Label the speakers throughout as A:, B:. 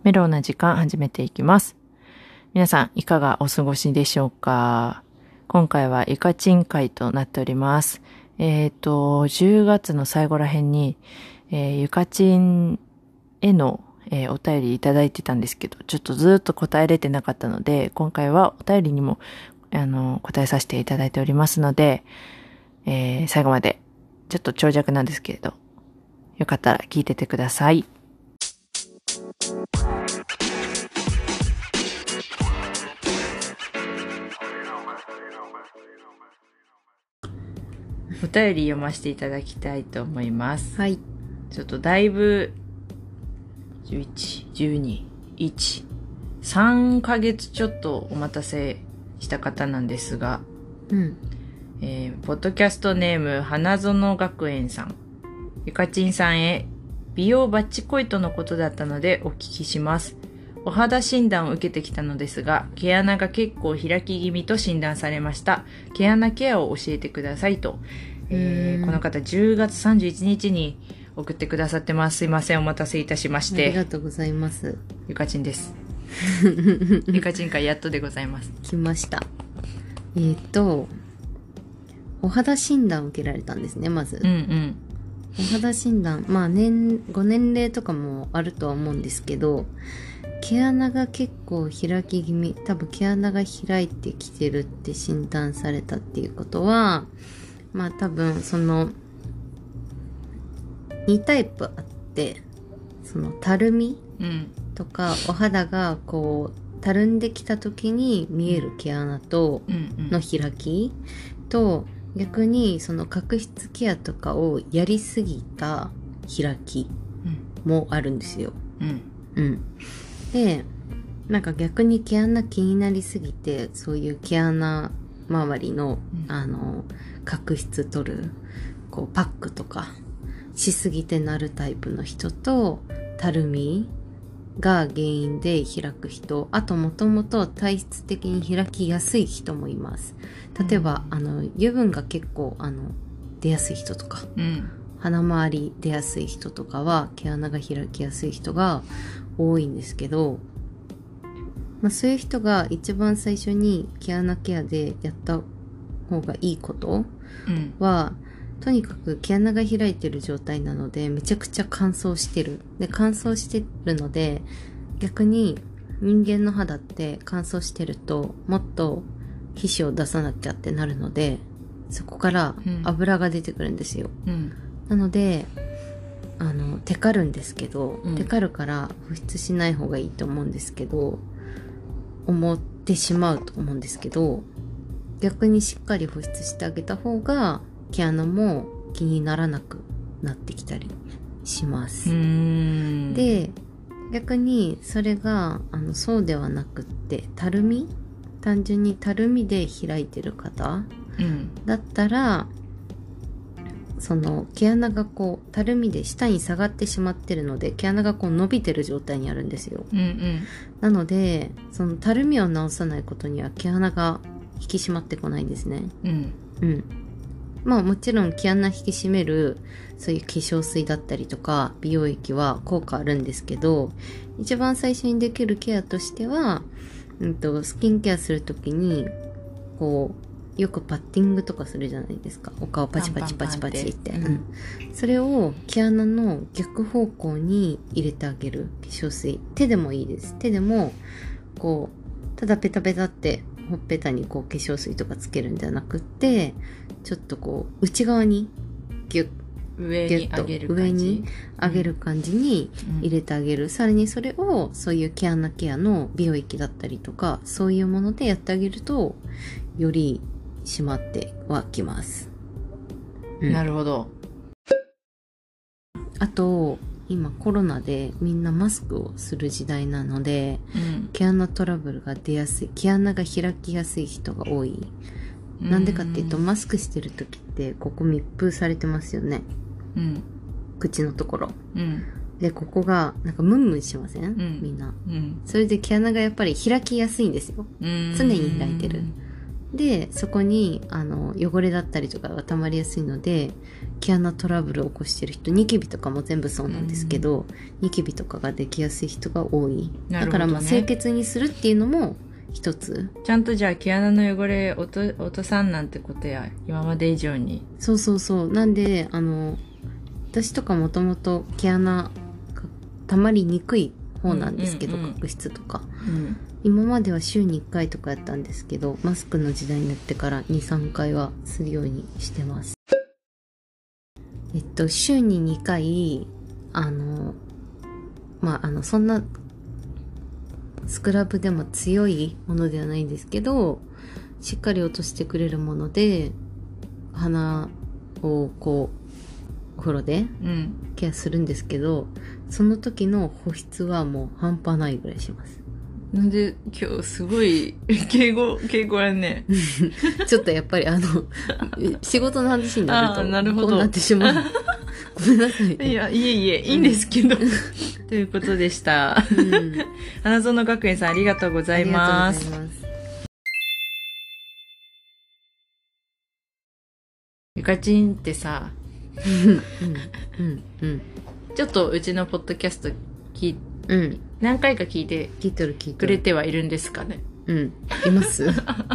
A: メロウな時間始めていきます。皆さんいかがお過ごしでしょうか。今回はゆかちん会となっております。10月の最後ら辺に、ゆかちんへの、お便りいただいてたんですけど、ちょっとずっと答えれてなかったので、今回はお便りにも答えさせていただいておりますので、最後までちょっと長尺なんですけれど、よかったら聞いててください。お便り読ませていただきたいと思います。
B: はい。
A: ちょっとだいぶ11、12、1、3ヶ月ちょっとお待たせした方なんですが、ポッドキャストネーム花園学園さん、ゆかちんさんへ美容バッチコイトのことだったのでお聞きします。お肌診断を受けてきたのですが、毛穴が結構開き気味と診断されました。毛穴ケアを教えてくださいと、この方10月31日に送ってくださってます。すいません、お待たせいたしまして。
B: ありがとうございます。
A: ゆかちんです。ゆかちん会やっとでございます。
B: 来ました。お肌診断を受けられたんですね、まず。お肌診断、ご年齢とかもあるとは思うんですけど、毛穴が結構開き気味、多分毛穴が開いてきてるって診断されたっていうことは、多分その2タイプあって、そのたるみとか、お肌がこうたるんできた時に見える毛穴との開きと、逆にその角質ケアとかをやりすぎた開きもあるんですよ。で、なんか逆に毛穴気になりすぎて、そういう毛穴周りの、角質取るこうパックとかしすぎてなるタイプの人と、たるみが原因で開く人、あともともと体質的に開きやすい人もいます。例えば、油分が結構出やすい人とか、鼻周り出やすい人とかは毛穴が開きやすい人が多いんですけど、そういう人が一番最初に毛穴ケアでやった方がいいことは、とにかく毛穴が開いてる状態なので、めちゃくちゃ乾燥してる。で、乾燥してるので、逆に人間の肌って乾燥してると、もっと皮脂を出さなきゃってなるので、そこから油が出てくるんですよ。なので、テカるんですけど、テカるから保湿しない方がいいと思うんですけど、思ってしまうと思うんですけど、逆にしっかり保湿してあげた方が、毛穴も気にならなくなってきたりします。で、逆にそれがそうではなくって、単純にたるみで開いてる方だったら、その毛穴がこうたるみで下に下がってしまってるので、毛穴がこう伸びてる状態にあるんですよ。なので、そのたるみを直さないことには毛穴が引き締まってこないんですね。もちろん毛穴引き締めるそういう化粧水だったりとか美容液は効果あるんですけど、一番最初にできるケアとしては、スキンケアするときにこうよくパッティングとかするじゃないですか。お顔パチパチパチパチって、それを毛穴の逆方向に入れてあげる化粧水。手でもいいです。手でもこうただペタペタってほっぺたにこう化粧水とかつけるんじゃなくって、ちょっとこう内側にギュッ
A: 上に
B: 上げる感じに入れてあげる。さらにそれをそういう毛穴ケアの美容液だったりとか、そういうものでやってあげるとより締まってはきます。
A: なるほど。
B: あと今コロナでみんなマスクをする時代なので、毛穴トラブルが出やすい、毛穴が開きやすい人が多い。なんでかっていうと、マスクしてる時ってここ密封されてますよね。口のところ。で、ここがなんかムンムンしません？みんな。それで毛穴がやっぱり開きやすいんですよ。常に開いてる。で、そこに汚れだったりとかが溜まりやすいので、 毛穴トラブルを起こしてる人、ニキビとかも全部そうなんですけど、ニキビとかができやすい人が多い。だからまあ清潔にするっていうのも一つ。
A: ちゃんとじゃあ毛穴の汚れ落とさんなんてことや、今まで以上に。
B: そうそうそう。なんで私とかもともと毛穴がたまりにくい方なんですけど、角質とか、今までは週に1回とかやったんですけど、マスクの時代になってから2、3回はするようにしてます。週に2回そんなスクラブでも強いものではないんですけど、しっかり落としてくれるもので鼻をこうお風呂でケアするんですけど、その時の保湿はもう半端ないぐらいします。
A: なんで今日すごい敬語やね。
B: ちょっとやっぱり仕事の話になると
A: なるほど
B: こうなってしまう。ごめんなさい。
A: いや、いいんですけど。ということでした。花園学園さんありがとうございます。ゆかちんってさ、ちょっとうちのポッドキャスト何回か聞いてくれてはいるんですかね。
B: います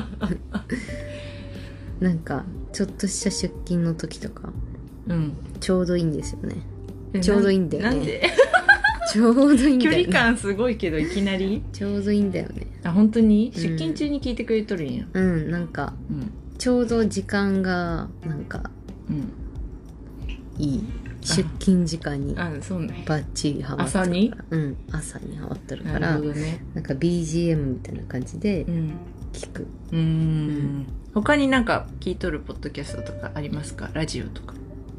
B: なんかちょっとした出勤の時とか、ちょうどいいんですよね。ちょうどいいんだよね。なんでちょうどいいんだよね。
A: 距離感すごいけどいきなり
B: ちょうどいいんだよね。
A: あ、本当に出勤中に聞いてくれとるんや。
B: なんか、ちょうど時間がなんか、いい出勤時間にバッチリハマってるから。
A: 朝に
B: 朝にハマってるから、
A: なるほどね、
B: なんか BGM みたいな感じで聞く。
A: 他になんか聞いとるポッドキャストとかありますか？ラジオとか。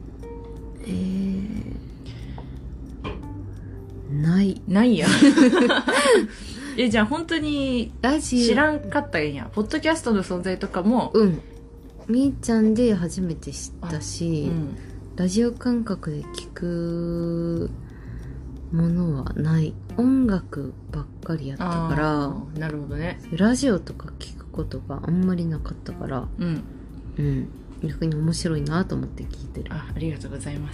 A: ないや。じゃあ本当に知らんかったんや。ポッドキャストの存在とかも。
B: みーちゃんで初めて知ったし、ラジオ感覚で聞くものはない。音楽ばっかりやったから。
A: なるほどね。
B: ラジオとか聞くことがあんまりなかったから、逆に面白いなと思って聞いてる。
A: ありがとうございます。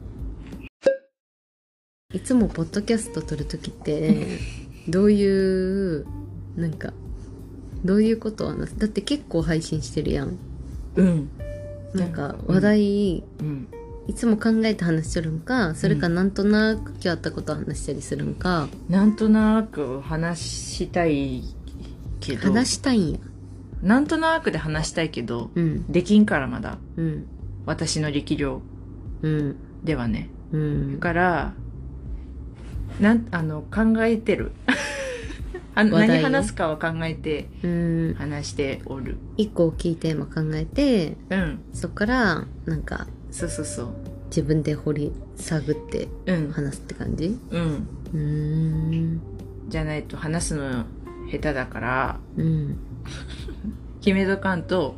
B: いつもポッドキャスト撮るときってどういうどういうことはだって結構配信してるやん。なんか話題、いつも考えて話しとるんか、それかなんとなく今日あったことを話したりするんか。
A: なんとなく話したいけど。
B: 話したいんや。
A: なんとなくで話したいけど、できんからまだ。私の力量ではね。だから考えてる。何話すかは考えて話しておる。
B: 一個大きいテーマ考えて、そっからなんか
A: そう
B: 自分で掘り探って話すって感じ。
A: じゃないと話すの下手だから、決めとかんと、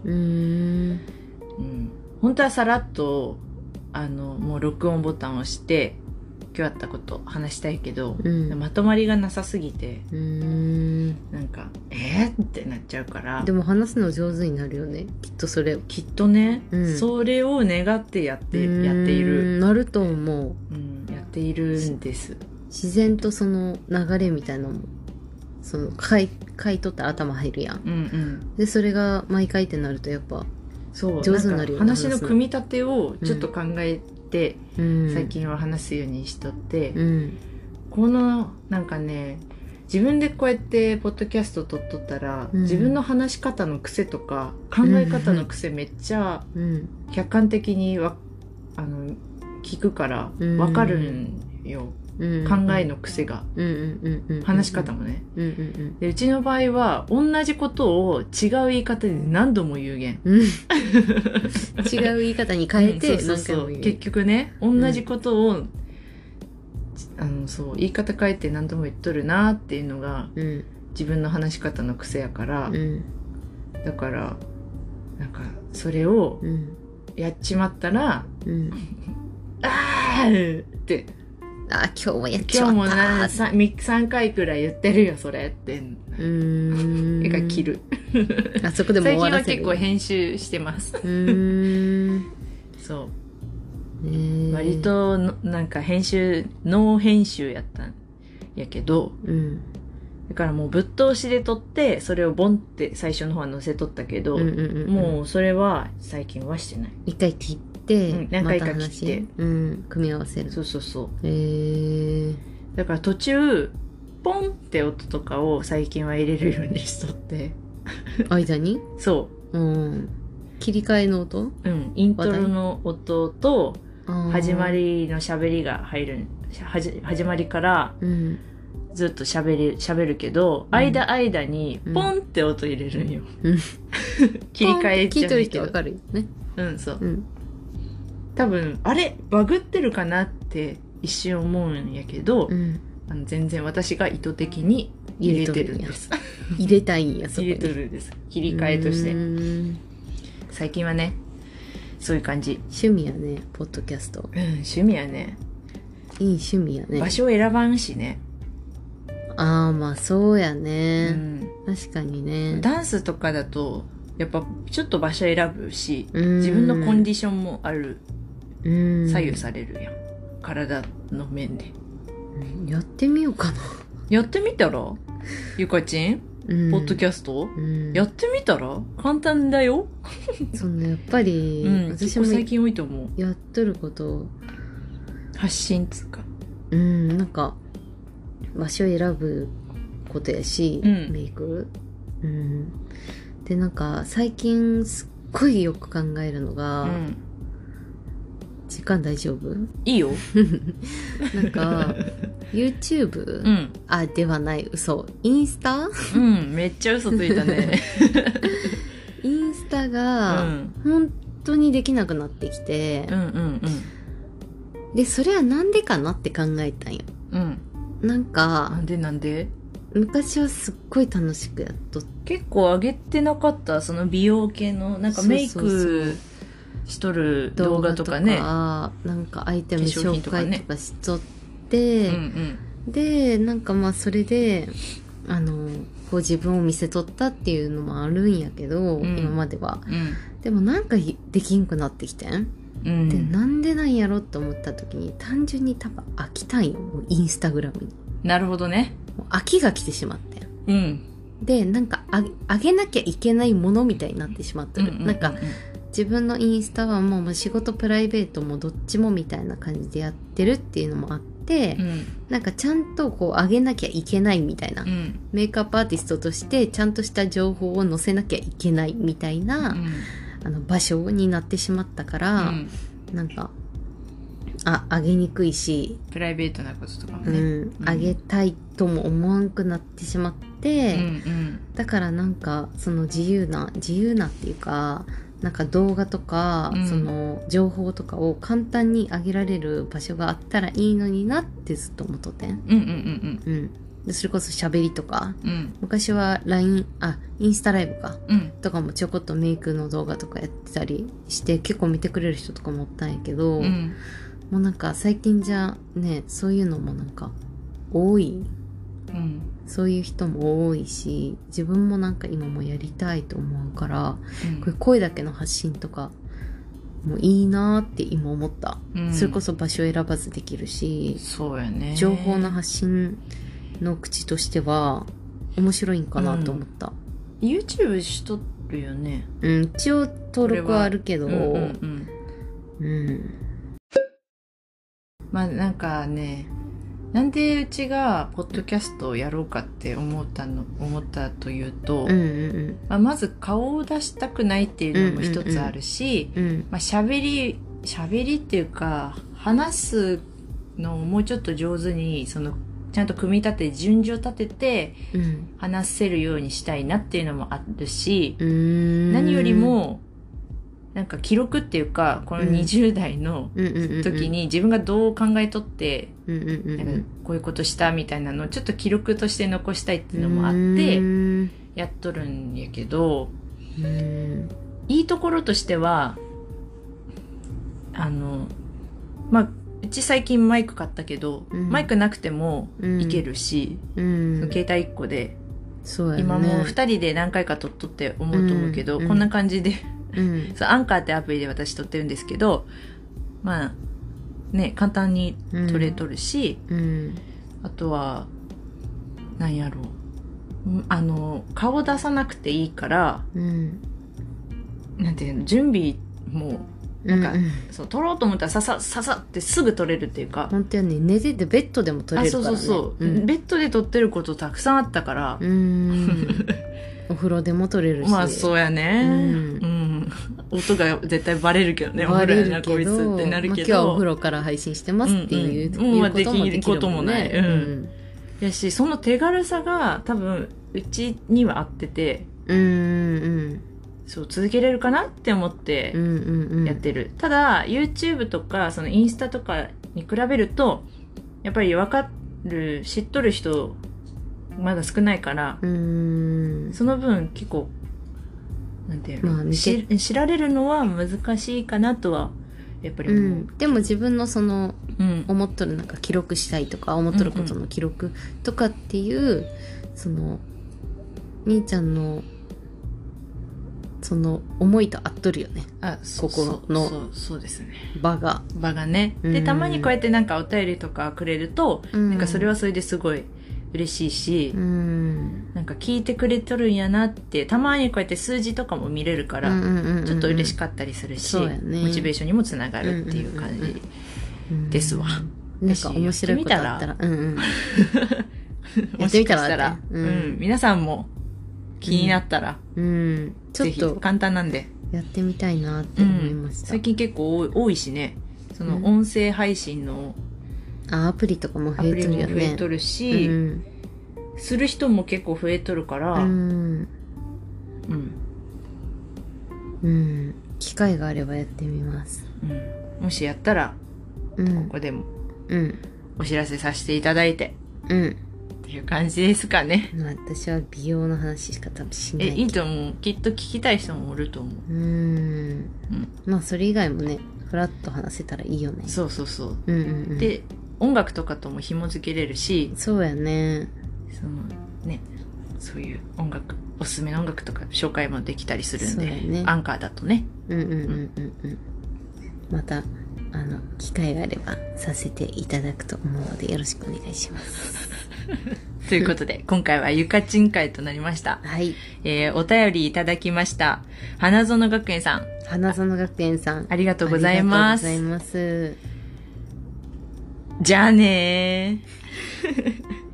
A: 本当はさらっともう録音ボタンを押して今日あったこと話したいけど、まとまりがなさすぎて、なんかってなっちゃうから。
B: でも話すの上手になるよね、きっとそれ。
A: きっとね、それを願ってやっている。
B: なると思う。
A: やっているんです。
B: 自然とその流れみたいなのも書いとったら頭入るやん。でそれが毎回ってなるとやっぱ上手になるよね。
A: 話の組み立てをちょっと考えて、最近は話すようにしとって、このなんかね、自分でこうやってポッドキャスト撮っとったら、自分の話し方の癖とか考え方の癖めっちゃ客観的に聞くから分かるんよ。考えの癖が、話し方もね。でうちの場合は同じことを違う言い方で何度も言うげん。
B: 違う言い方に変えて何回も言う。
A: 結局ね、同じことを、言い方変えて何度も言っとるなっていうのが、自分の話し方の癖やから、だからなんかそれをやっちまったら、って
B: 今日もやっちまった。今
A: 日も3回くらい言ってるよそれって絵が切る。
B: そこでも終わらせる。
A: 最近は結構編集してます。そう割となんかノー編集やったんやけど、だからもうぶっ通しで撮ってそれをボンって最初の方は載せとったけど、もうそれは最近はしてない。
B: 一回切って、
A: 何回か切って、
B: 組み合わせる。
A: そうだから途中ポンって音とかを最近は入れるようにしとって
B: 間に
A: そう、
B: 切り替えの音、
A: イントロの音と始まりの喋りが入る、始まりから、ずっと喋るけど、間にポンって音入れるんよ、切り替えじゃないけど。聞いてる人わかるよね。そう、多分あれバグってるかなって一瞬思うんやけど、全然私が意図的に入れてるんです。
B: 入れたいんや、そこに
A: 入れてるんです。切り替えとして。最近はね、そういう感じ。
B: 趣味やね、ポッドキャスト。
A: 趣味やね。
B: いい趣味やね。
A: 場所を選ばんしね。
B: まあそうやね、確かにね。
A: ダンスとかだとやっぱちょっと場所選ぶし、自分のコンディションもある、左右されるやん、体の面で。
B: やってみようかな。
A: やってみたらゆかちん、ポッドキャスト、やってみたら簡単だよ。
B: そんなやっぱり、
A: 私も最近多いと思う。
B: やっとること
A: 発信つうか、
B: なんか場所選ぶことやし、メイク、でなんか最近すっごいよく考えるのが、時間大丈夫？
A: いいよ。
B: なんか YouTube、ではない、嘘、インスタ？
A: めっちゃ嘘ついたね。
B: インスタが本当にできなくなってきて、でそれはなんでかなって考えたんよ。なんか
A: なんで
B: 昔はすっごい楽しくやっとって、
A: 結構上げてなかった？その美容系のなんかメイクしとる動画とかね、
B: なんかアイテム紹介とかしとって、でなんかまあそれでこう自分を見せとったっていうのもあるんやけど、今までは、でもなんかできんくなってきてん、でなんでなんやろって思った時に、単純に多分飽きたんよ、もうインスタグラムに。
A: なるほどね。
B: もう飽きが来てしまってん、でなんかあげなきゃいけないものみたいになってしまってる、なんか自分のインスタはもう仕事プライベートもどっちもみたいな感じでやってるっていうのもあって、なんかちゃんとこう上げなきゃいけないみたいな、メイクアップアーティストとしてちゃんとした情報を載せなきゃいけないみたいな、場所になってしまったから、なんか上げにくいし、
A: プライベートなこととかもね、
B: 上げたいとも思わんくなってしまって、だからなんかその自由なっていうか、なんか動画とか、その情報とかを簡単に上げられる場所があったらいいのになってずっと思っとってん。でそれこそ喋りとか、昔は インスタライブか、とかもちょこっとメイクの動画とかやってたりして結構見てくれる人とかもおったんやけど、もうなんか最近じゃね、そういうのもなんか多い、そういう人も多いし、自分もなんか今もやりたいと思うから、これ声だけの発信とかもいいなって今思った、それこそ場所選ばずできるし、
A: そうやね、
B: 情報の発信の口としては面白いんかなと思った、
A: YouTube しとるよね。
B: 一応登録はあるけど、
A: まあなんかね、なんでうちがポッドキャストをやろうかって思ったというと、まず顔を出したくないっていうのも一つあるし、喋りっていうか話すのをもうちょっと上手に、そのちゃんと組み立て順序立てて話せるようにしたいなっていうのもあるし、何よりもなんか記録っていうか、この20代の時に自分がどう考えとって、なんかこういうことしたみたいなのをちょっと記録として残したいっていうのもあってやっとるんやけど、いいところとしてはうち最近マイク買ったけど、マイクなくてもいけるし、携帯1個で、今もう2人で何回か撮っとって思うと思うけど、こんな感じでアンカーってアプリで私撮ってるんですけど、 ね、簡単に撮れとるし、
B: うん、
A: あとは、なんやろう。顔出さなくていいから、
B: うん、
A: なんていうの、準備も、なんか、そう撮ろうと思ったらささってすぐ撮れるっていうか。
B: 本当よね。寝ててベッドでも撮れるからね。
A: そう、ベッドで撮ってることたくさんあったから。
B: お風呂でも撮れるし。
A: まあそうやね。音が絶対バレるけどね。
B: バレるけど、
A: こいつってなるけど。
B: 今日はお風呂から配信してますっていうこともできることもない。
A: やし、その手軽さが多分うちには合ってて。そう続けれるかなって思ってやってる。ただ YouTube とかそのインスタとかに比べるとやっぱり分かる知っとる人まだ少ないから、その分結構なんていうの、知られるのは難しいかなとはやっぱり思う。
B: でも自分のその、思っとるなんか記録したいとか思っとることの記録とかっていう、その兄ちゃんのその思いと合っとるよね。心の
A: そうですね。
B: 場が
A: ね。でたまにこうやってなんかお便りとかくれると、なんかそれはそれですごい嬉しいし、なんか聞いてくれとるんやなってたまにこうやって数字とかも見れるから、ちょっと嬉しかったりするし、モチベーションにもつながるっていう感じですわ。
B: なんか面白いことあったら、
A: もしかしたら、皆さんも気になったら、
B: ちょっと
A: 簡単なんで
B: やってみたいなって思いました。
A: 最近結構多いしね、その音声配信の
B: アプリとかも増えとるよね。
A: アプリも増えとるし、する人も結構増えとるから、
B: 機会があればやってみます。
A: もしやったら、ここでもお知らせさせていただいて、っていう感じですかね。
B: 私は美容の話しか多分しない。
A: いいと思う。きっと聞きたい人もおると思う。
B: まあそれ以外もね、フラッと話せたらいいよね。
A: そう。で、音楽とかとも紐付けれるし、
B: そうやね。
A: そのね、そういう音楽、おすすめの音楽とか紹介もできたりするんで、アンカーだとね。
B: また機会があればさせていただくと思うのでよろしくお願いします。
A: ということで今回はゆかちん会となりました。
B: はい。
A: お便りいただきました。花園学園さん。
B: あ
A: りがとうございます。
B: ありがとうございます。
A: じゃあねー。